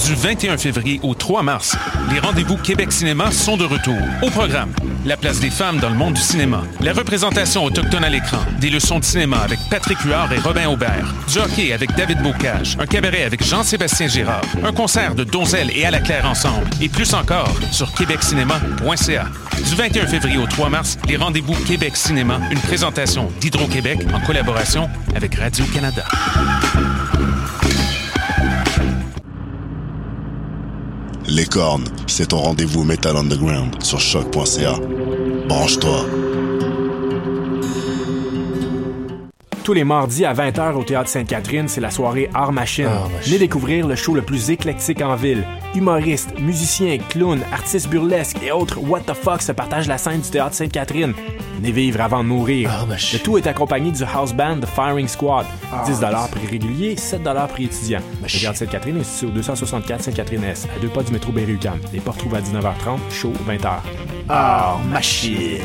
Du 21 février au 3 mars, les rendez-vous Québec Cinéma sont de retour. Au programme, la place des femmes dans le monde du cinéma, la représentation autochtone à l'écran, des leçons de cinéma avec Patrick Huard et Robin Aubert, du hockey avec David Bocage, un cabaret avec Jean-Sébastien Girard, un concert de Donzelle et À la Claire ensemble, et plus encore sur québeccinéma.ca. Du 21 février au 3 mars, les rendez-vous Québec Cinéma, une présentation d'Hydro-Québec en collaboration avec Radio-Canada. Les Cornes, c'est ton rendez-vous Metal Underground sur choc.ca. Branche-toi. Tous les mardis à 20h au Théâtre Sainte-Catherine, c'est la soirée Art Machine. Venez découvrir le show le plus éclectique en ville. Humoristes, musiciens, clowns, artistes burlesques et autres what the fuck se partagent la scène du Théâtre Sainte-Catherine. Venez vivre avant de mourir. Le tout est accompagné du house band The Firing Squad. 10$ prix régulier, 7$ prix étudiant. Le Théâtre Sainte-Catherine est situé au 264 Sainte-Catherine-Est, à 2 pas du métro Berry-UQAM. Les portes trouvent à 19h30, show 20h. Art Machine.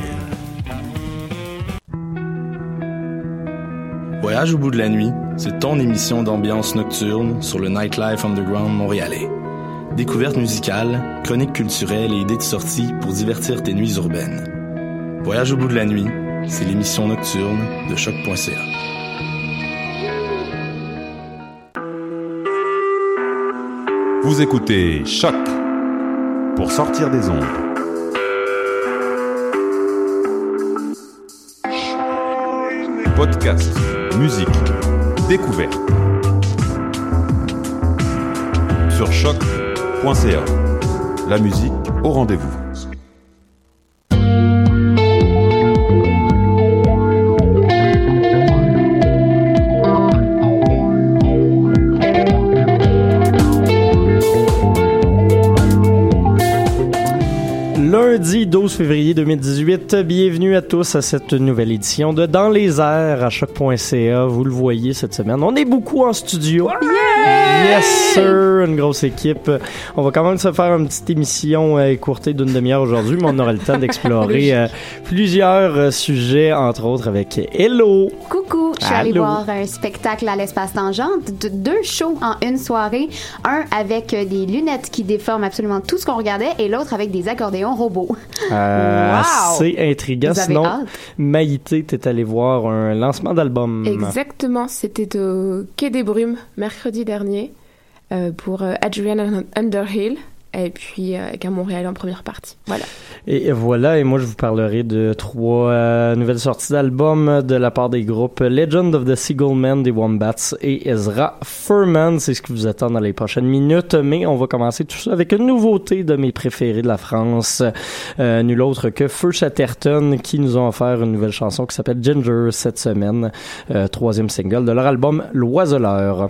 Voyage au bout de la nuit, c'est ton émission d'ambiance nocturne sur le Nightlife Underground montréalais. Découvertes musicales, chroniques culturelles et idées de sortie pour divertir tes nuits urbaines. Voyage au bout de la nuit, c'est l'émission nocturne de choc.ca. Vous écoutez Choc pour sortir des ondes. Podcast, musique, découverte. Sur choc.ca. La musique au rendez-vous. Lundi 12 février 2018, bienvenue à tous à cette nouvelle édition de Dans les airs à choc.ca. Vous le voyez cette semaine, on est beaucoup en studio. Yeah! Yes sir, une grosse équipe. On va quand même se faire une petite émission écourtée d'une demi-heure aujourd'hui, mais on aura le temps d'explorer plusieurs sujets, entre autres avec Hello. Coucou, je suis allée voir un spectacle à l'Espace Tangente, deux shows en une soirée, un avec des lunettes qui déforment absolument tout ce qu'on regardait et l'autre avec des accordéons robots. Wow! C'est intriguant. Sinon, Maïté, t'es allée voir un lancement d'album. Exactement, c'était au Quai des Brumes mercredi dernier pour Adrian Underhill. Et puis qu'à Montréal en première partie. Voilà. Et voilà, et moi je vous parlerai de 3 nouvelles sorties d'albums de la part des groupes Legend of the Seagull Man des Wombats et Ezra Furman. C'est ce qui vous attend dans les prochaines minutes, mais on va commencer tout ça avec une nouveauté de mes préférés de la France. Nul autre que Feu Chatterton qui nous ont offert une nouvelle chanson qui s'appelle Ginger cette semaine. 3e single de leur album L'Oiseleur.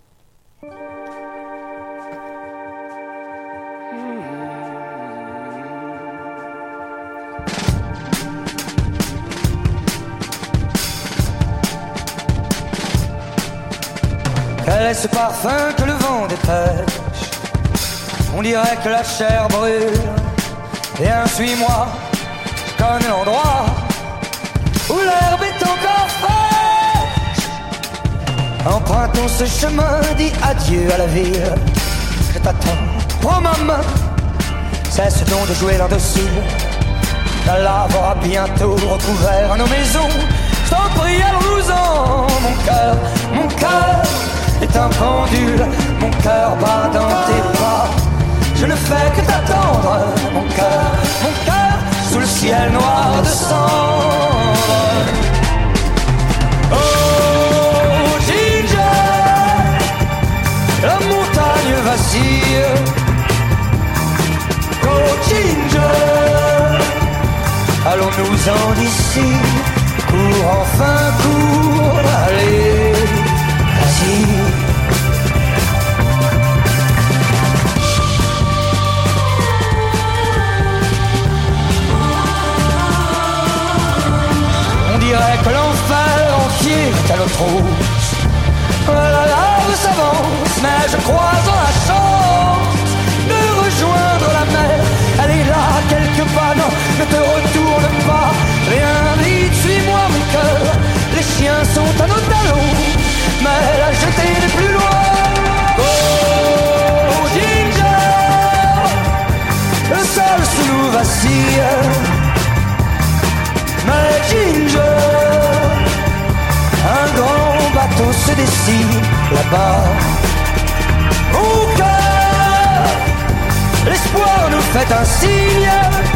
Quel est ce parfum que le vent dépêche? On dirait que la chair brûle. Viens, suis-moi, je connais l'endroit où l'herbe est encore fraîche. Empruntons ce chemin, dis adieu à la ville. Je t'attends, prends ma main. Cesse donc de jouer l'indocile. La lave aura bientôt recouvert nos maisons. Je t'en prie, allons-nous-en. Mon cœur est un pendule, mon cœur bat dans tes bras. Je ne fais que t'attendre, mon cœur, sous le ciel noir de cendre. Oh Ginger, la montagne vacille. Oh Ginger, allons-nous-en d'ici. Cours enfin, cours, allez, vas-y. On dirait que l'enfer entier est à notre hausse. La lave s'avance, mais je crois en la chance de rejoindre la mer. Elle est là, quelque part, non, ne te retourne pas. Viens vite, suis-moi mon cœur. Les chiens sont à nos talons, mais la jetée n'est plus loin. Oh, Ginger. fait un signe.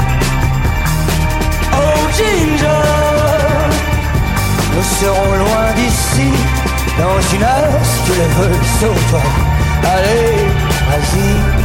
Oh Ginger, nous serons loin d'ici. Dans une heure, si tu le veux, sauve-toi. Allez, vas-y.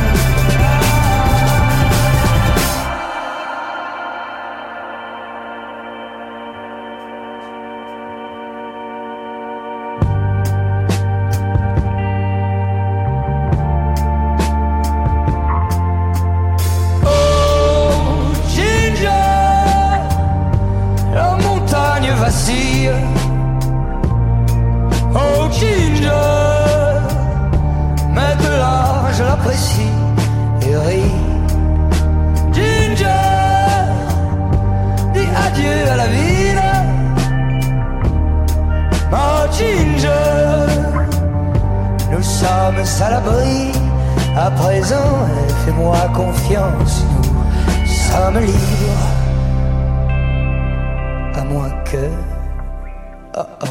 Oh Ginger, mais de là je l'apprécie et ris. Ginger, dis adieu à la ville. Oh Ginger, nous sommes à l'abri. À présent, fais-moi confiance, nous sommes libres. À moins que... Oh oh.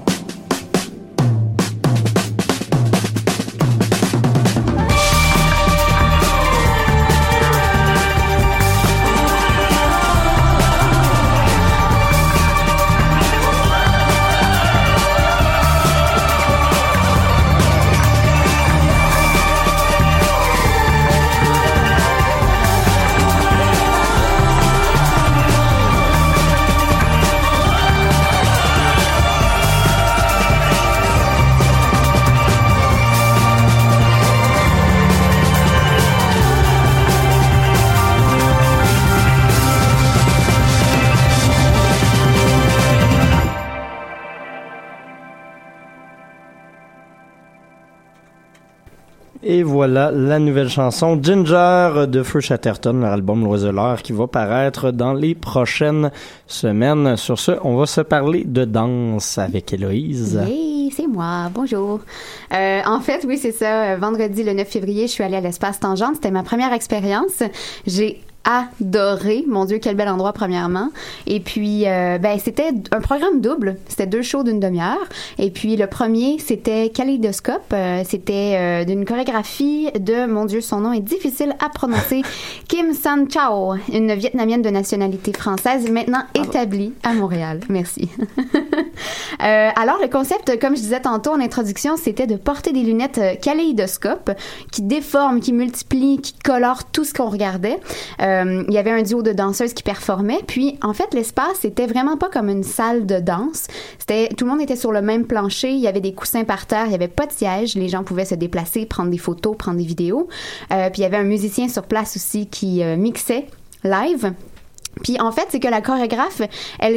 Et voilà la nouvelle chanson Ginger de Feu Chatterton, leur album L'Oiseleur qui va paraître dans les prochaines semaines. Sur ce, on va se parler de danse avec Héloïse. Hey, c'est moi. Bonjour. En fait, oui, c'est ça. Vendredi, le 9 février, je suis allée à l'Espace Tangente. C'était ma première expérience. J'ai adoré. Mon Dieu, quel bel endroit, premièrement. Et puis, c'était un programme double. C'était 2 shows d'une demi-heure. Et puis, le premier, c'était Kaléidoscope. C'était d'une chorégraphie de, mon Dieu, son nom est difficile à prononcer, Kim San Chao, une Vietnamienne de nationalité française, maintenant établie à Montréal. Merci. Alors, le concept, comme je disais tantôt en introduction, c'était de porter des lunettes kaléidoscope qui déforment, qui multiplient, qui colorent tout ce qu'on regardait. Il y avait un duo de danseuses qui performaient. Puis, en fait, l'espace, c'était vraiment pas comme une salle de danse. Tout le monde était sur le même plancher. Il y avait des coussins par terre. Il y avait pas de siège. Les gens pouvaient se déplacer, prendre des photos, prendre des vidéos. Puis, il y avait un musicien sur place aussi qui mixait live. Puis en fait, c'est que la chorégraphe, elle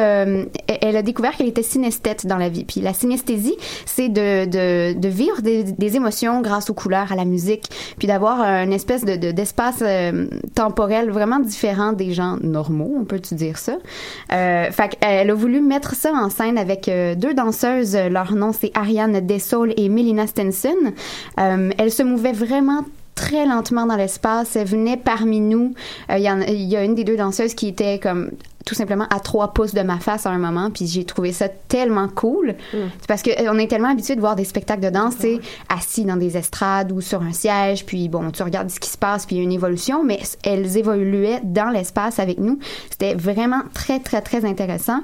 a découvert qu'elle était synesthète dans la vie. Puis la synesthésie, c'est de vivre des émotions grâce aux couleurs, à la musique, puis d'avoir une espèce d'espace temporel vraiment différent des gens normaux, on peut-tu dire ça. Fait qu'elle a voulu mettre ça en scène avec 2 danseuses. Leur nom, c'est Ariane Dessaulles et Melina Stenson. Elles se mouvaient vraiment très lentement dans l'espace. Elle venait parmi nous. Il y a une des 2 danseuses qui était comme tout simplement à 3 pouces de ma face à un moment, puis j'ai trouvé ça tellement cool. C'est parce qu'on est tellement habitué de voir des spectacles de danse, tu sais, assis dans des estrades ou sur un siège, puis bon, tu regardes ce qui se passe, puis il y a une évolution, mais elles évoluaient dans l'espace avec nous. C'était vraiment très, très, très intéressant.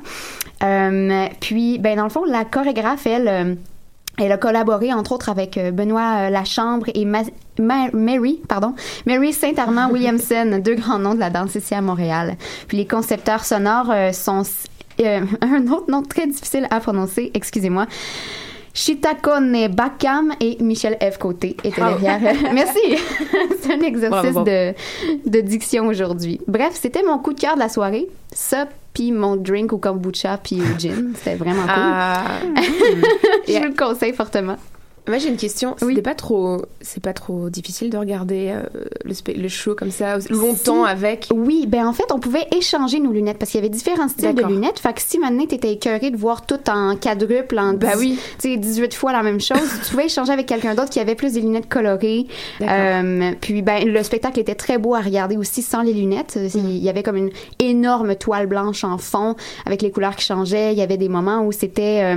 Puis, dans le fond, la chorégraphe, elle a collaboré, entre autres, avec Benoît Lachambre et Mary Saint-Armand Williamson, 2 grands noms de la danse ici à Montréal. Puis les concepteurs sonores sont un autre nom très difficile à prononcer, excusez-moi. Chitakone Bakam et Michel F. Côté étaient derrière. Merci! C'est un exercice de diction aujourd'hui. Bref, c'était mon coup de cœur de la soirée. Ça, puis mon drink au kombucha puis au gin. C'était vraiment cool. Je vous le conseille fortement. Moi, j'ai une question. Oui. C'est pas trop difficile de regarder le show comme ça longtemps avec? Oui, en fait, on pouvait échanger nos lunettes parce qu'il y avait différents styles de lunettes. Fait que si maintenant t'étais écœuré de voir tout en quadruple, en 18 fois la même chose, tu pouvais échanger avec quelqu'un d'autre qui avait plus des lunettes colorées. Puis, le spectacle était très beau à regarder aussi sans les lunettes. Il y avait comme une énorme toile blanche en fond avec les couleurs qui changeaient. Il y avait des moments où c'était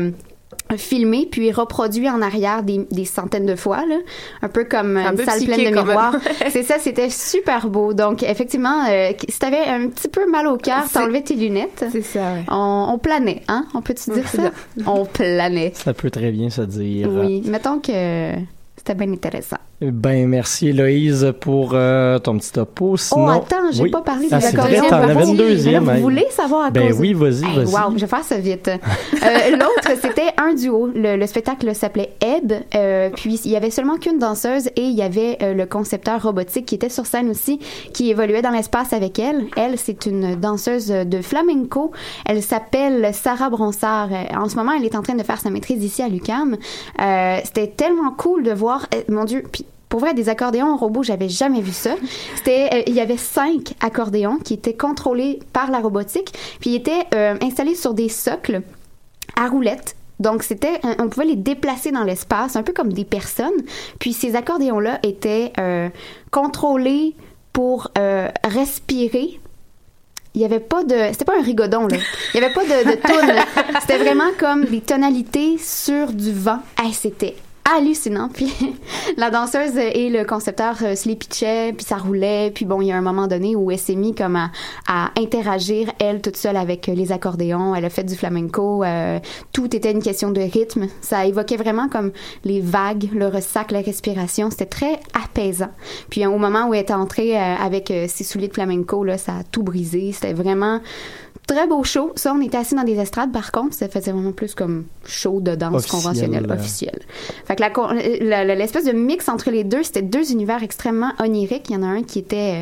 filmé puis reproduit en arrière des centaines de fois, là, un peu comme une salle pleine de miroirs. C'est ça, c'était super beau. Donc, effectivement, si t'avais un petit peu mal au cœur, t'enlevais tes lunettes. C'est ça, ouais. On planait, hein? On peut-tu dire ça? On planait. Ça peut très bien se dire. Oui, mettons que c'était bien intéressant. Ben, merci Héloïse pour ton petit topo. Sinon... Oh, attends, j'ai pas parlé des accordions. C'est vrai, t'en avais une deuxième. Vous voulez savoir à ben cause... oui, vas-y. Wow, je vais faire ça vite. L'autre, c'était un duo. Le spectacle s'appelait Ebb. Puis, il y avait seulement qu'une danseuse et il y avait le concepteur robotique qui était sur scène aussi, qui évoluait dans l'espace avec elle. Elle, c'est une danseuse de flamenco. Elle s'appelle Sarah Bronsard. En ce moment, elle est en train de faire sa maîtrise ici à l'UQAM. C'était tellement cool de voir... mon Dieu, puis pour vrai, des accordéons robots, j'avais jamais vu ça. Il y avait 5 accordéons qui étaient contrôlés par la robotique, puis ils étaient installés sur des socles à roulettes. Donc, on pouvait les déplacer dans l'espace, un peu comme des personnes. Puis ces accordéons-là étaient contrôlés pour respirer. Il y avait pas c'était pas un rigodon, là. Il y avait pas de tone. C'était vraiment comme des tonalités sur du vent. C'était hallucinant. Puis la danseuse et le concepteur se les pitchaient, puis ça roulait. Puis bon, il y a un moment donné où elle s'est mise comme à interagir, elle, toute seule avec les accordéons. Elle a fait du flamenco. Tout était une question de rythme. Ça évoquait vraiment comme les vagues, le ressac, la respiration. C'était très apaisant. Puis au moment où elle était entrée avec ses souliers de flamenco, là, ça a tout brisé. C'était vraiment... très beau show. Ça, on était assis dans des estrades, par contre. Ça faisait vraiment plus comme show de danse conventionnel, officiel. Fait que l'espèce de mix entre les deux, c'était 2 univers extrêmement oniriques. Il y en a un qui était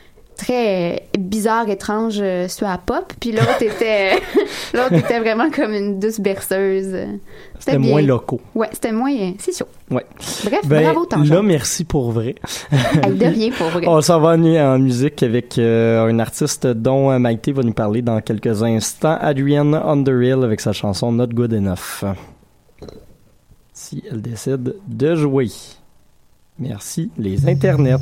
très bizarre, étrange, soit à pop, puis l'autre était vraiment comme une douce berceuse. C'était moins locaux. Ouais, c'était moins... c'est chaud. Ouais. Bref, bravo, Tangente. Là, merci pour vrai. De rien pour vrai. On s'en va en musique avec un artiste dont Maïté va nous parler dans quelques instants, Adrienne Underhill avec sa chanson Not Good Enough. Si elle décide de jouer. Merci, les internets.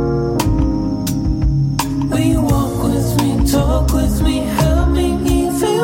Talk with me, help me even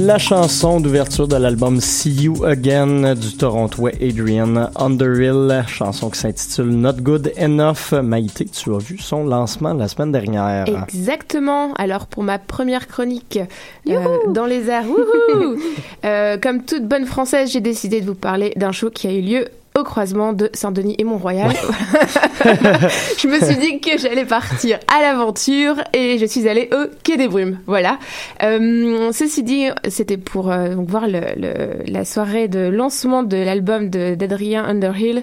la chanson d'ouverture de l'album See You Again du Torontois Adrian Underhill, chanson qui s'intitule Not Good Enough. Maïté, tu as vu son lancement la semaine dernière. Exactement. Alors pour ma première chronique dans les airs, comme toute bonne française, j'ai décidé de vous parler d'un show qui a eu lieu au croisement de Saint-Denis et Mont-Royal. Ouais. Je me suis dit que j'allais partir à l'aventure et je suis allée au Quai des Brumes. Voilà. Ceci dit, c'était pour voir la soirée de lancement de l'album d'Adrian Underhill,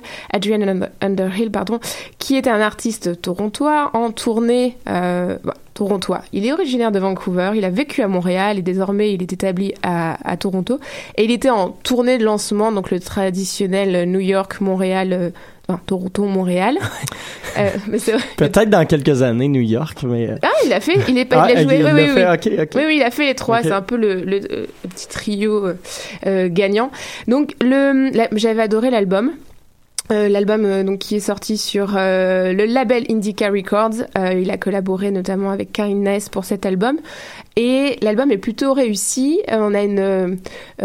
qui est un artiste torontois en tournée. Torontois. Il est originaire de Vancouver, il a vécu à Montréal et désormais il est établi à Toronto. Et il était en tournée de lancement, donc le traditionnel New York-Montréal, Toronto-Montréal. Mais c'est vrai. Peut-être dans quelques années, New York, mais... Ah, il l'a fait, il a joué. Oui. Okay. Oui, il a fait les trois, okay. C'est un peu le petit trio gagnant. Donc, j'avais adoré l'album. L'album donc qui est sorti sur le label Indica Records. Il a collaboré notamment avec Kindness pour cet album et l'album est plutôt réussi. On a une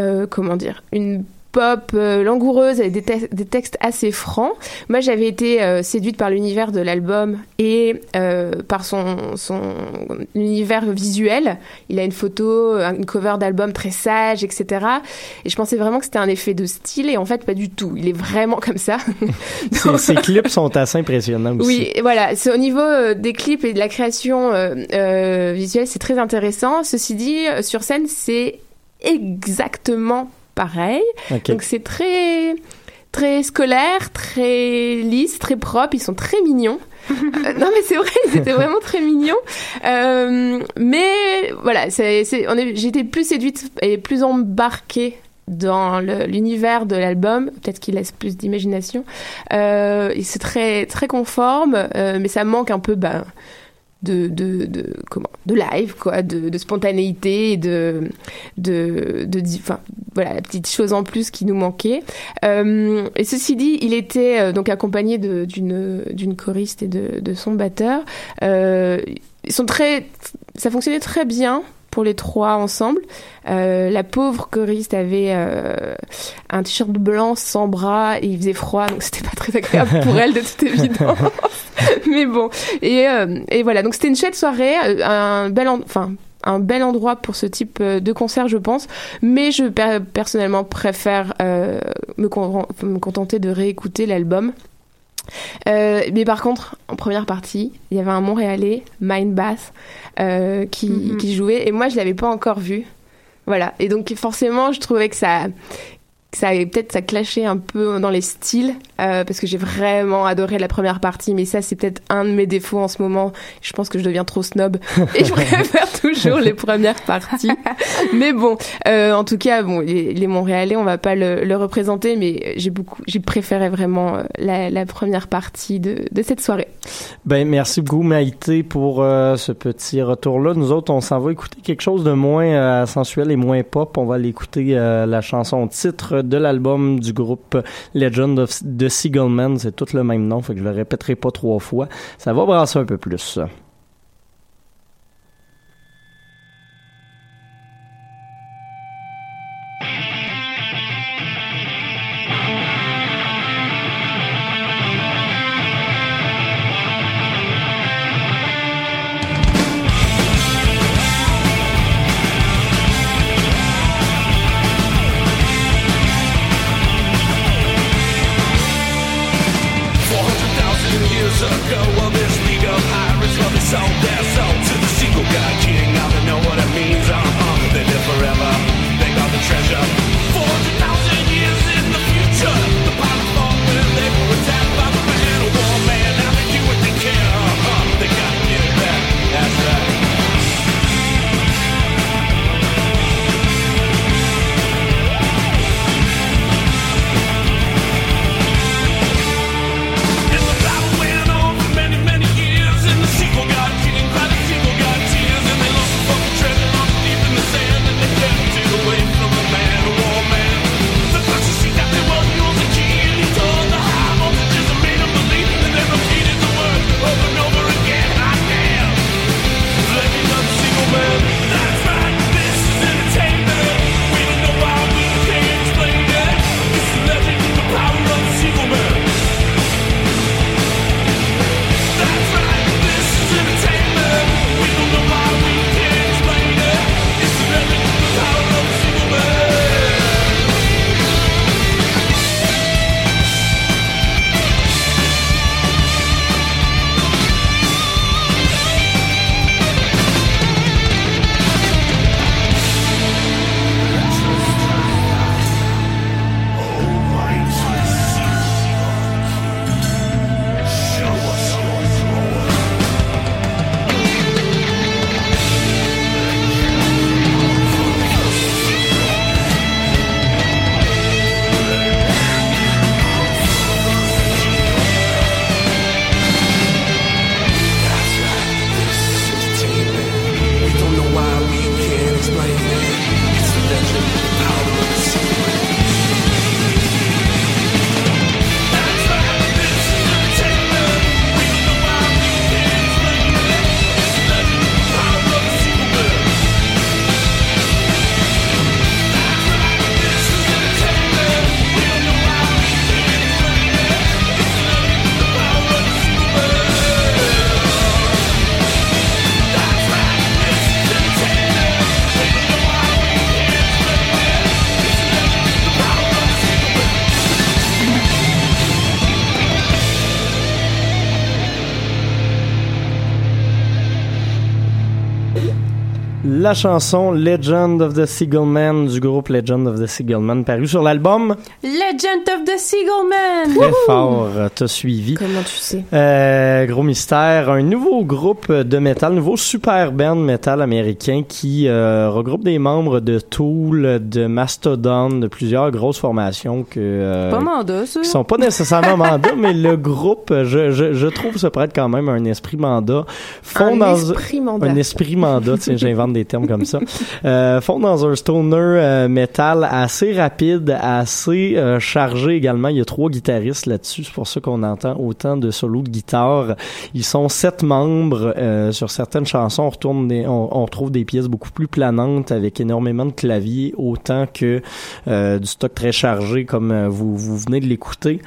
pop langoureuse avec des textes assez francs. Moi, j'avais été séduite par l'univers de l'album et par son univers visuel. Il a une photo, une cover d'album très sage, etc. Et je pensais vraiment que c'était un effet de style et en fait, pas du tout. Il est vraiment comme ça. Ses clips sont assez impressionnants aussi. Oui, voilà. C'est au niveau des clips et de la création visuelle, c'est très intéressant. Ceci dit, sur scène, c'est exactement pareil. Okay. Donc c'est très très scolaire, très lisse, très propre. Ils sont très mignons. Non mais c'est vrai, ils étaient vraiment très mignons. Mais voilà, j'étais plus séduite et plus embarquée dans l'univers de l'album. Peut-être qu'il laisse plus d'imagination. Et c'est très très conforme, mais ça manque un peu de live, quoi, de spontanéité, voilà, la petite chose en plus qui nous manquait. Et ceci dit, il était donc accompagné d'une choriste et de son batteur. Ça fonctionnait très bien pour les trois ensemble. La pauvre choriste avait un t-shirt blanc sans bras et il faisait froid, donc c'était pas très agréable pour elle de toute évidence. Mais bon, et voilà, donc c'était une chouette soirée, un bel endroit pour ce type de concert, je pense, mais je personnellement préfère me contenter de réécouter l'album. Mais par contre, en première partie, il y avait un Montréalais, Mindbath, qui jouait, et moi je l'avais pas encore vu. Voilà, et donc forcément, je trouvais que ça clashait un peu dans les styles, parce que j'ai vraiment adoré la première partie, mais ça c'est peut-être un de mes défauts en ce moment. Je pense que je deviens trop snob et je préfère toujours les premières parties. Mais bon, en tout cas, bon, les Montréalais, on va pas le représenter, mais j'ai préféré vraiment la première partie de cette soirée. Ben merci beaucoup Maïté pour ce petit retour-là. Nous autres, on s'en va écouter quelque chose de moins sensuel et moins pop. On va aller écouter la chanson titre de l'album du groupe Legend of the Seagull Man. C'est tout le même nom, fait que je le répéterai pas 3 fois. Ça va brasser un peu plus. Ago, well, this league of pirates, well, this La chanson Legend of the Seagull Man du groupe Legend of the Seagull Man, paru sur l'album Legend of the Seagull Man. Très fort, t'as suivi. Comment tu sais? Gros mystère, un nouveau groupe de métal, nouveau super band métal américain qui regroupe des membres de Tool, de Mastodon, de plusieurs grosses formations pas Manda, ça. Qui sont pas nécessairement Manda, mais le groupe, je trouve, se prête quand même à un esprit Manda. Un esprit Manda, tiens, j'invente des termes comme ça. Font dans un stoner metal assez rapide, assez chargé également. Il y a 3 guitaristes là-dessus, c'est pour ça qu'on entend autant de solos de guitare. Ils sont 7 membres. Sur certaines chansons, on retrouve des pièces beaucoup plus planantes avec énormément de claviers, autant que du stock très chargé comme vous venez de l'écouter.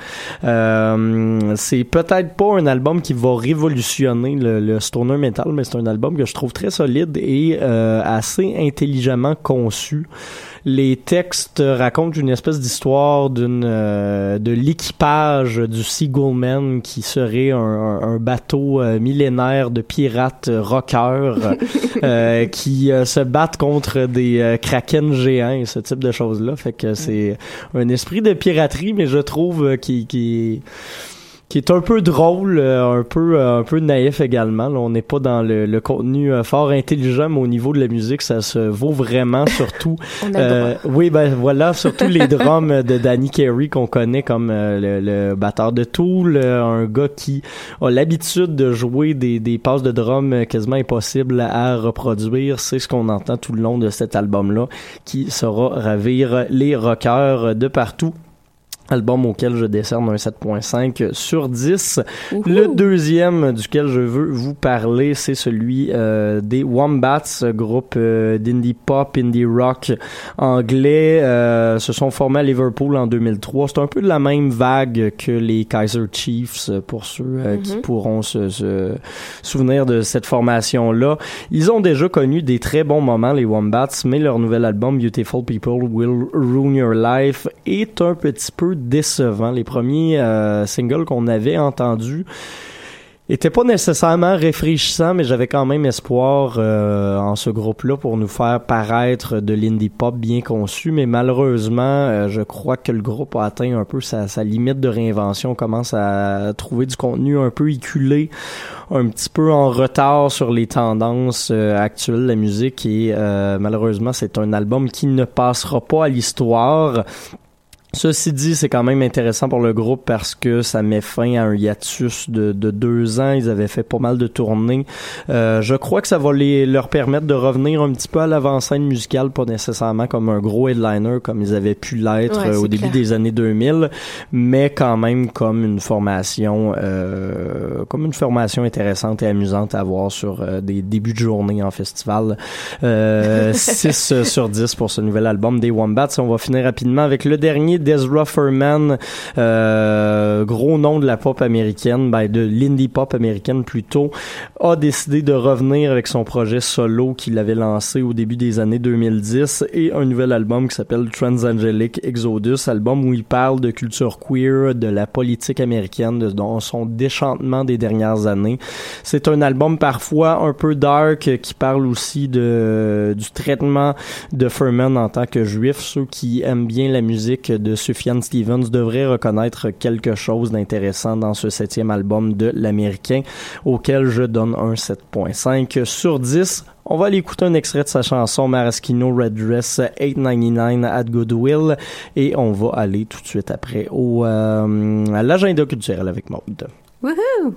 C'est peut-être pas un album qui va révolutionner le stoner metal, mais c'est un album que je trouve très solide et assez intelligemment conçu. Les textes racontent une espèce d'histoire de l'équipage du Seagull Man qui serait un bateau millénaire de pirates rockers qui se battent contre des kraken géants et ce type de choses-là. Fait que c'est un esprit de piraterie, mais je trouve qui est un peu drôle, un peu naïf également. Là, on n'est pas dans le contenu fort intelligent, mais au niveau de la musique, ça se vaut vraiment, surtout. Oui, ben voilà, surtout les drums de Danny Carey qu'on connaît comme le batteur de Tool, un gars qui a l'habitude de jouer des passes de drum quasiment impossibles à reproduire. C'est ce qu'on entend tout le long de cet album-là, qui saura ravir les rockers de partout. Album auquel je décerne un 7.5 sur 10. Le deuxième duquel je veux vous parler, c'est celui des Wombats, groupe d'indie pop, indie rock anglais. Se sont formés à Liverpool en 2003. C'est un peu de la même vague que les Kaiser Chiefs, pour ceux qui pourront se souvenir de cette formation-là. Ils ont déjà connu des très bons moments, les Wombats, mais leur nouvel album, Beautiful People Will Ruin Your Life, est un petit peu décevant. Les premiers singles qu'on avait entendus étaient pas nécessairement rafraîchissants, mais j'avais quand même espoir en ce groupe-là pour nous faire paraître de l'indie pop bien conçu, mais malheureusement, je crois que le groupe a atteint un peu sa limite de réinvention. On commence à trouver du contenu un peu éculé, un petit peu en retard sur les tendances actuelles de la musique et malheureusement, c'est un album qui ne passera pas à l'histoire. Ceci dit, c'est quand même intéressant pour le groupe parce que ça met fin à un hiatus de 2 ans. Ils avaient fait pas mal de tournées. Je crois que ça va leur permettre de revenir un petit peu à l'avant-scène musicale, pas nécessairement comme un gros headliner comme ils avaient pu l'être au début des années 2000, mais quand même comme une formation intéressante et amusante à voir sur des débuts de journée en festival. 6 sur 10 pour ce nouvel album des Wombats. On va finir rapidement avec le dernier, Ezra Furman, gros nom de la pop américaine, de l'indie pop américaine plutôt, a décidé de revenir avec son projet solo qu'il avait lancé au début des années 2010 et un nouvel album qui s'appelle Transangelic Exodus, album où il parle de culture queer, de la politique américaine, de son déchantement des dernières années. C'est un album parfois un peu dark qui parle aussi du traitement de Furman en tant que juif. Ceux qui aiment bien la musique de Sufjan Stevens devrait reconnaître quelque chose d'intéressant dans ce 7e album de l'Américain, auquel je donne un 7.5 sur 10. On va aller écouter un extrait de sa chanson Maraschino Red Dress 899 at Goodwill et on va aller tout de suite après à l'agenda culturel avec Maude. Woohoo!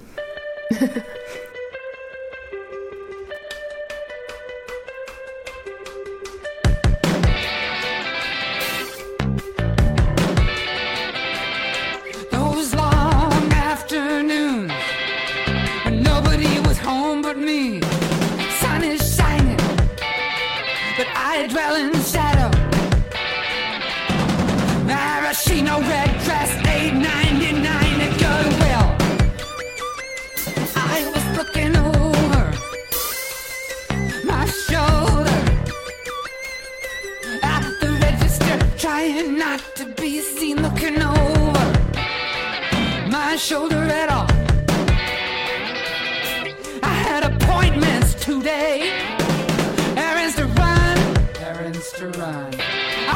Dwell in shadow. Maraschino red dress, $8.99 at Goodwill. I was looking over my shoulder at the register, trying not to be seen looking over my shoulder at all. I had appointments today. Errands to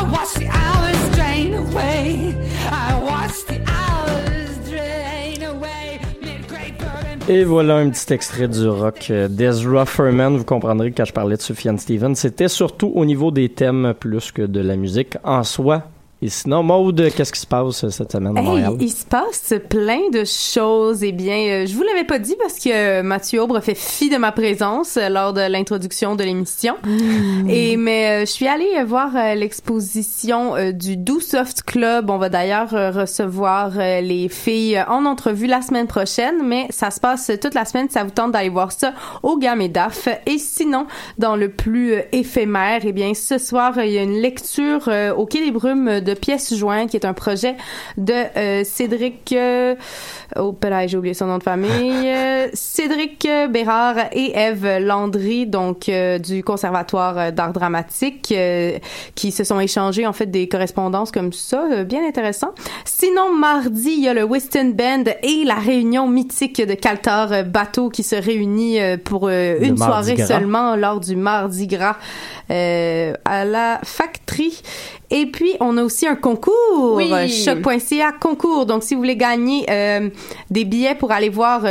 I watch the hours drain away. I watch the hours drain away. Mid-grade burden. Et voilà un petit extrait du rock d'Ezra Furman. Vous comprendrez que quand je parlais de Sufjan Stevens, c'était surtout au niveau des thèmes plus que de la musique en soi. Et sinon, Maude, qu'est-ce qui se passe cette semaine à Montréal? Il se passe plein de choses. Eh bien, je vous l'avais pas dit parce que Mathieu Aubre fait fi de ma présence lors de l'introduction de l'émission. Mais je suis allée voir l'exposition du Do Soft Club. On va d'ailleurs recevoir les filles en entrevue la semaine prochaine, mais ça se passe toute la semaine. Ça vous tente d'aller voir ça au Gamedaf. Et sinon, dans le plus éphémère, eh bien, ce soir, il y a une lecture au Quai des Brumes de Pièces jointes, qui est un projet de Cédric... j'ai oublié son nom de famille. Cédric Bérard et Ève Landry, donc du Conservatoire d'art dramatique, qui se sont échangés en fait des correspondances comme ça, bien intéressant. Sinon, mardi, il y a le Weston Band et la réunion mythique de Caltar Bateau qui se réunit pour une soirée seulement lors du Mardi Gras à la Factory. Et puis, on a aussi un concours, choc.ca concours. Donc, si vous voulez gagner des billets pour aller voir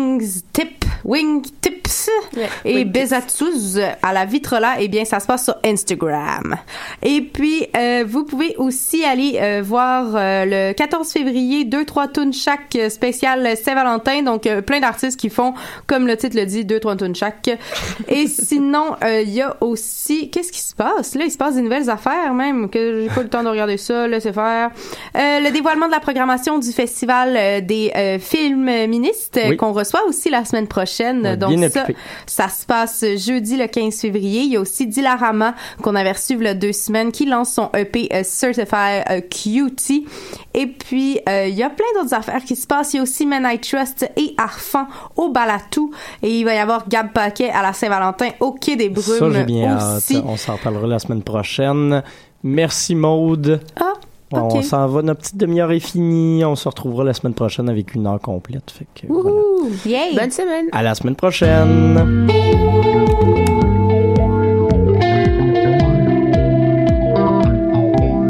Wingtips et Bezatsuz à la Vitrola, eh bien, ça se passe sur Instagram. Et puis, vous pouvez aussi aller voir le 14 février, 2-3 tunes chaque spécial Saint-Valentin. Donc, plein d'artistes qui font, comme le titre le dit, 2-3 tunes chaque. Et sinon, il y a aussi... Qu'est-ce qui se passe? Là, il se passe des nouvelles affaires même, que j'ai pas le temps de regarder ça, laissez faire. Le dévoilement de la programmation du festival des films ministres qu'on reçoit aussi la semaine prochaine. Donc ça se passe jeudi le 15 février. Il y a aussi Dilarama qu'on avait reçu il y a 2 semaines qui lance son EP Certified Cutie. Et puis il y a plein d'autres affaires qui se passent. Il y a aussi Men I Trust et Arfan au Balatou. Et il va y avoir Gab Paquet à la Saint-Valentin au Quai des Brumes. Ça, j'ai bien aussi. hâte. On s'en parlera la semaine prochaine. Merci Maude. Okay. On s'en va, notre petite demi-heure est finie. On se retrouvera la semaine prochaine avec 1 heure complète. Fait que, Wouhou! Voilà. Yay! Bonne semaine! À la semaine prochaine!